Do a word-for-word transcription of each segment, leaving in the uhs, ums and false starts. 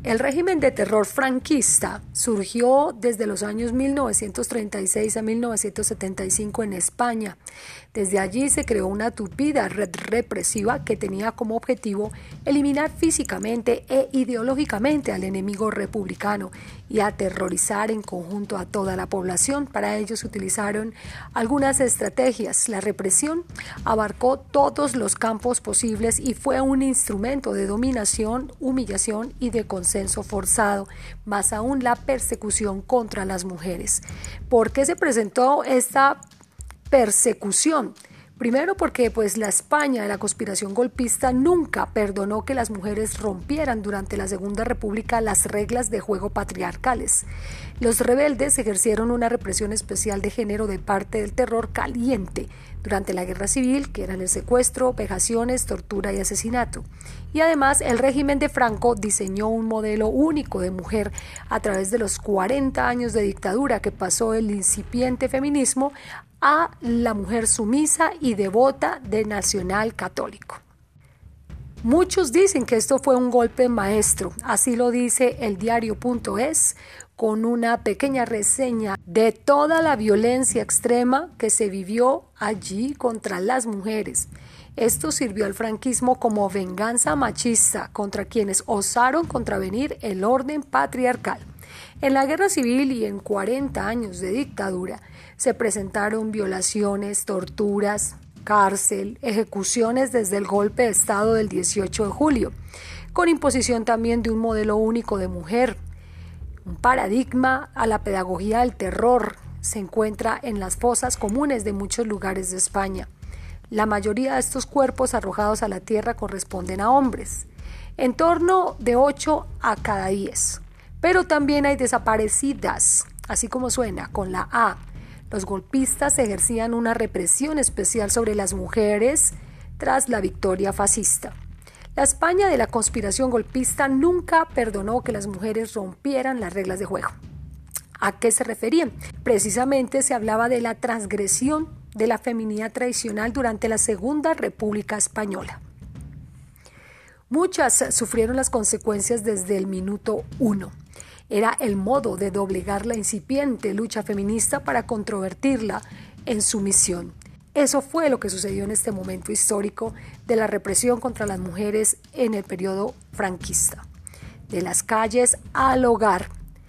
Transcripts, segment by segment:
El régimen de terror franquista surgió desde los años mil novecientos treinta y seis a mil novecientos setenta y cinco en España. Desde allí se creó una tupida red represiva que tenía como objetivo eliminar físicamente e ideológicamente al enemigo republicano y aterrorizar en conjunto a toda la población. Para ello se utilizaron algunas estrategias. La represión abarcó todos los campos posibles y fue un instrumento de dominación, humillación y de consenso forzado, más aún la persecución contra las mujeres. ¿Por qué se presentó esta persecución? Primero porque pues la España de la conspiración golpista nunca perdonó que las mujeres rompieran durante la Segunda República las reglas de juego patriarcales. Los rebeldes ejercieron una represión especial de género de parte del terror caliente durante la Guerra Civil, que eran el secuestro, vejaciones, tortura y asesinato. Y además el régimen de Franco diseñó un modelo único de mujer a través de los cuarenta años de dictadura que pasó el incipiente feminismo a la mujer sumisa y devota de nacional católico. Muchos dicen que esto fue un golpe maestro, así lo dice el diario punto es, con una pequeña reseña de toda la violencia extrema que se vivió allí contra las mujeres. Esto sirvió al franquismo como venganza machista contra quienes osaron contravenir el orden patriarcal. En la Guerra Civil y en cuarenta años de dictadura se presentaron violaciones, torturas, cárcel, ejecuciones desde el golpe de Estado del dieciocho de julio, con imposición también de un modelo único de mujer. Un paradigma a la pedagogía del terror se encuentra en las fosas comunes de muchos lugares de España. La mayoría de estos cuerpos arrojados a la tierra corresponden a hombres, en torno de ocho a cada diez. Pero también hay desaparecidas, así como suena, con la A. Los golpistas ejercían una represión especial sobre las mujeres tras la victoria fascista. La España de la conspiración golpista nunca perdonó que las mujeres rompieran las reglas de juego. ¿A qué se referían? Precisamente se hablaba de la transgresión de la feminidad tradicional durante la Segunda República Española. Muchas sufrieron las consecuencias desde el minuto uno. Era el modo de doblegar la incipiente lucha feminista para controvertirla en su misión. Eso fue lo que sucedió en este momento histórico de la represión contra las mujeres en el periodo franquista. De las calles al hogar.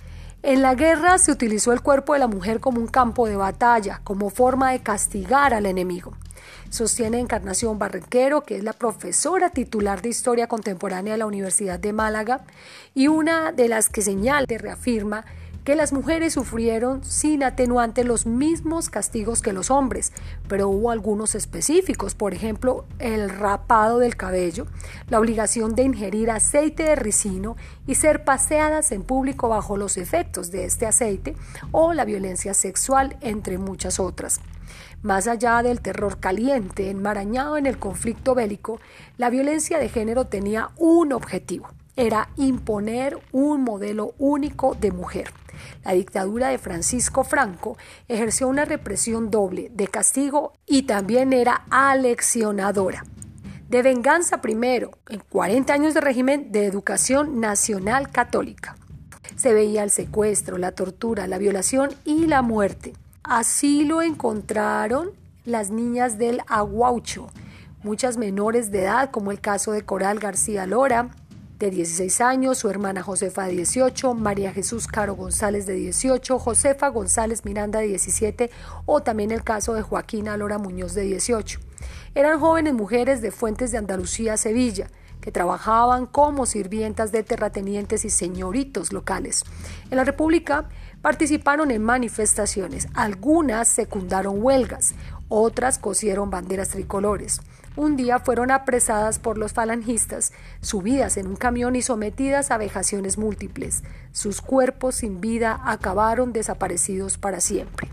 En la guerra se utilizó el cuerpo de la mujer como un campo de batalla, como forma de castigar al enemigo. Sostiene Encarnación Barranquero, que es la profesora titular de Historia Contemporánea de la Universidad de Málaga, y una de las que señala y reafirma que las mujeres sufrieron sin atenuante los mismos castigos que los hombres, pero hubo algunos específicos, por ejemplo, el rapado del cabello, la obligación de ingerir aceite de ricino y ser paseadas en público bajo los efectos de este aceite, o la violencia sexual, entre muchas otras. Más allá del terror caliente enmarañado en el conflicto bélico, la violencia de género tenía un objetivo, era imponer un modelo único de mujer. La dictadura de Francisco Franco ejerció una represión doble de castigo y también era aleccionadora. De venganza primero, en cuarenta años de régimen de educación nacional católica. Se veía el secuestro, la tortura, la violación y la muerte. Así lo encontraron las niñas del Aguaucho, muchas menores de edad, como el caso de Coral García Lora, de dieciséis años, su hermana Josefa de dieciocho, María Jesús Caro González de dieciocho, Josefa González Miranda de diecisiete o también el caso de Joaquina Lora Muñoz de dieciocho. Eran jóvenes mujeres de Fuentes de Andalucía a Sevilla, que trabajaban como sirvientas de terratenientes y señoritos locales. En la República participaron en manifestaciones, algunas secundaron huelgas, otras cosieron banderas tricolores. Un día fueron apresadas por los falangistas, subidas en un camión y sometidas a vejaciones múltiples. Sus cuerpos sin vida acabaron desaparecidos para siempre.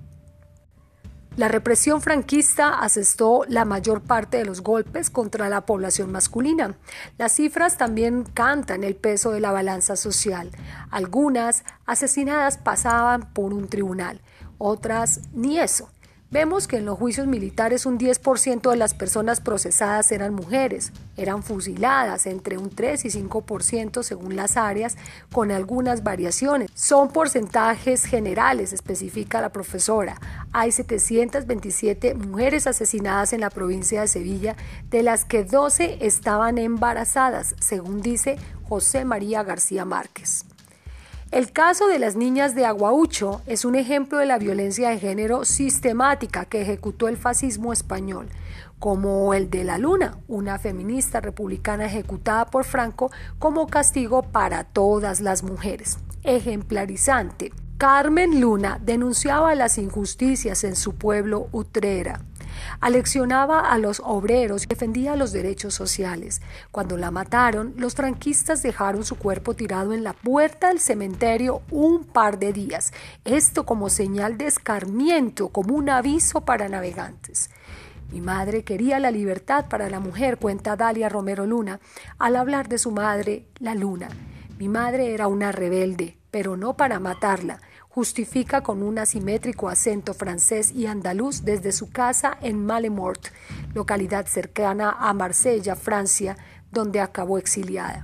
La represión franquista asestó la mayor parte de los golpes contra la población masculina. Las cifras también cantan el peso de la balanza social. Algunas asesinadas pasaban por un tribunal, otras ni eso. Vemos que en los juicios militares un diez por ciento de las personas procesadas eran mujeres, eran fusiladas entre un tres y cinco por ciento según las áreas, con algunas variaciones. Son porcentajes generales, especifica la profesora. Hay setecientas veintisiete mujeres asesinadas en la provincia de Sevilla, de las que doce estaban embarazadas, según dice José María García Márquez. El caso de las niñas de Aguaucho es un ejemplo de la violencia de género sistemática que ejecutó el fascismo español, como el de La Luna, una feminista republicana ejecutada por Franco como castigo para todas las mujeres. Ejemplarizante. Carmen Luna denunciaba las injusticias en su pueblo Utrera. Aleccionaba a los obreros y defendía los derechos sociales. Cuando la mataron, los franquistas dejaron su cuerpo tirado en la puerta del cementerio un par de días, esto como señal de escarmiento, como un aviso para navegantes. Mi madre quería la libertad para la mujer, cuenta Dalia Romero Luna, al hablar de su madre, la Luna. Mi madre era una rebelde, pero no para matarla. Justifica con un asimétrico acento francés y andaluz desde su casa en Malemort, localidad cercana a Marsella, Francia, donde acabó exiliada.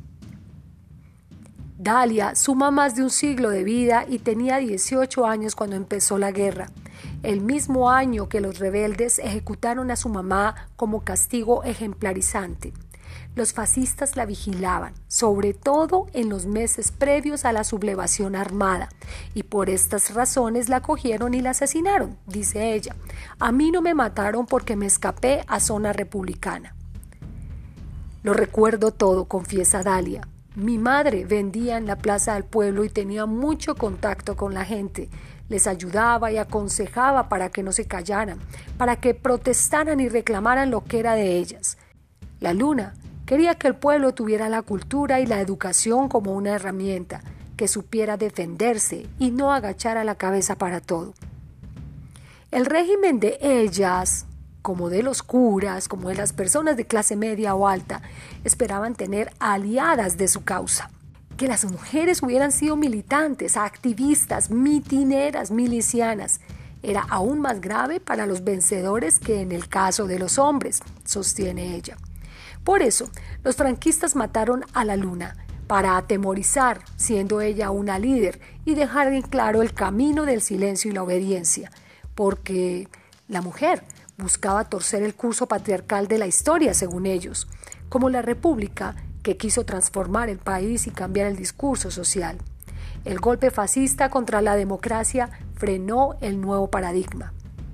Dalia suma más de un siglo de vida y tenía dieciocho años cuando empezó la guerra, el mismo año que los rebeldes ejecutaron a su mamá como castigo ejemplarizante. Los fascistas la vigilaban, sobre todo en los meses previos a la sublevación armada, y por estas razones la cogieron y la asesinaron, dice ella. A mí no me mataron porque me escapé a zona republicana. Lo recuerdo todo, confiesa Dalia. Mi madre vendía en la plaza del pueblo y tenía mucho contacto con la gente. Les ayudaba y aconsejaba para que no se callaran, para que protestaran y reclamaran lo que era de ellas. La Luna quería que el pueblo tuviera la cultura y la educación como una herramienta, que supiera defenderse y no agachara la cabeza para todo. El régimen de ellas, como de los curas, como de las personas de clase media o alta, esperaban tener aliadas de su causa. Que las mujeres hubieran sido militantes, activistas, mitineras, milicianas, era aún más grave para los vencedores que en el caso de los hombres, sostiene ella. Por eso, los franquistas mataron a la Luna, para atemorizar, siendo ella una líder, y dejar en claro el camino del silencio y la obediencia, porque la mujer buscaba torcer el curso patriarcal de la historia, según ellos, como la República, que quiso transformar el país y cambiar el discurso social. El golpe fascista contra la democracia frenó el nuevo paradigma.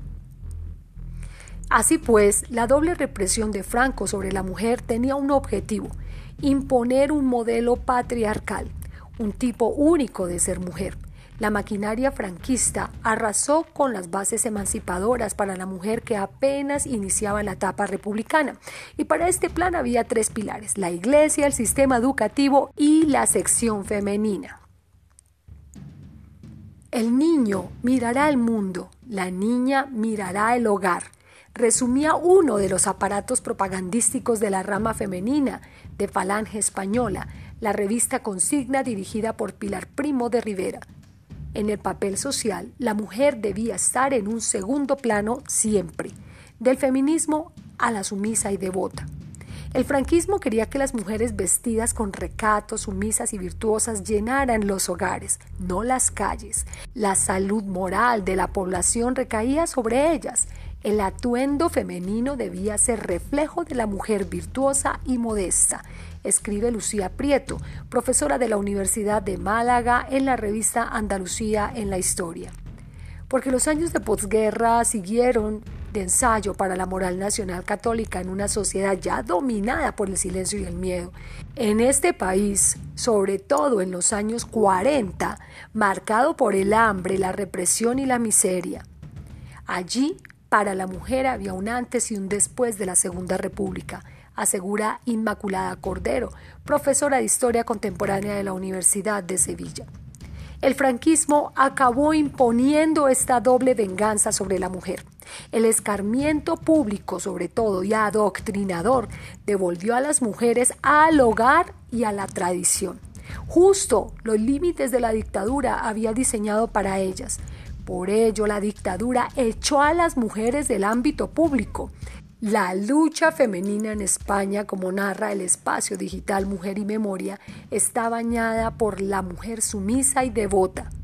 Así pues, la doble represión de Franco sobre la mujer tenía un objetivo: imponer un modelo patriarcal, un tipo único de ser mujer. La maquinaria franquista arrasó con las bases emancipadoras para la mujer que apenas iniciaba la etapa republicana. Y para este plan había tres pilares: la iglesia, el sistema educativo y la sección femenina. El niño mirará el mundo, la niña mirará el hogar. Resumía uno de los aparatos propagandísticos de la rama femenina de Falange Española, la revista Consigna dirigida por Pilar Primo de Rivera. En el papel social, la mujer debía estar en un segundo plano siempre, del feminismo a la sumisa y devota. El franquismo quería que las mujeres vestidas con recato, sumisas y virtuosas llenaran los hogares, no las calles. La salud moral de la población recaía sobre ellas. El atuendo femenino debía ser reflejo de la mujer virtuosa y modesta, escribe Lucía Prieto, profesora de la Universidad de Málaga, en la revista Andalucía en la Historia. Porque los años de posguerra siguieron de ensayo para la moral nacional católica en una sociedad ya dominada por el silencio y el miedo. En este país, sobre todo en los años cuarenta, marcado por el hambre, la represión y la miseria. Allí, para la mujer había un antes y un después de la Segunda República, asegura Inmaculada Cordero, profesora de Historia Contemporánea de la Universidad de Sevilla. El franquismo acabó imponiendo esta doble venganza sobre la mujer. El escarmiento público, sobre todo, y adoctrinador, devolvió a las mujeres al hogar y a la tradición. Justo los límites de la dictadura había diseñado para ellas. Por ello, la dictadura echó a las mujeres del ámbito público. La lucha femenina en España, como narra el espacio digital Mujer y Memoria, está bañada por la mujer sumisa y devota.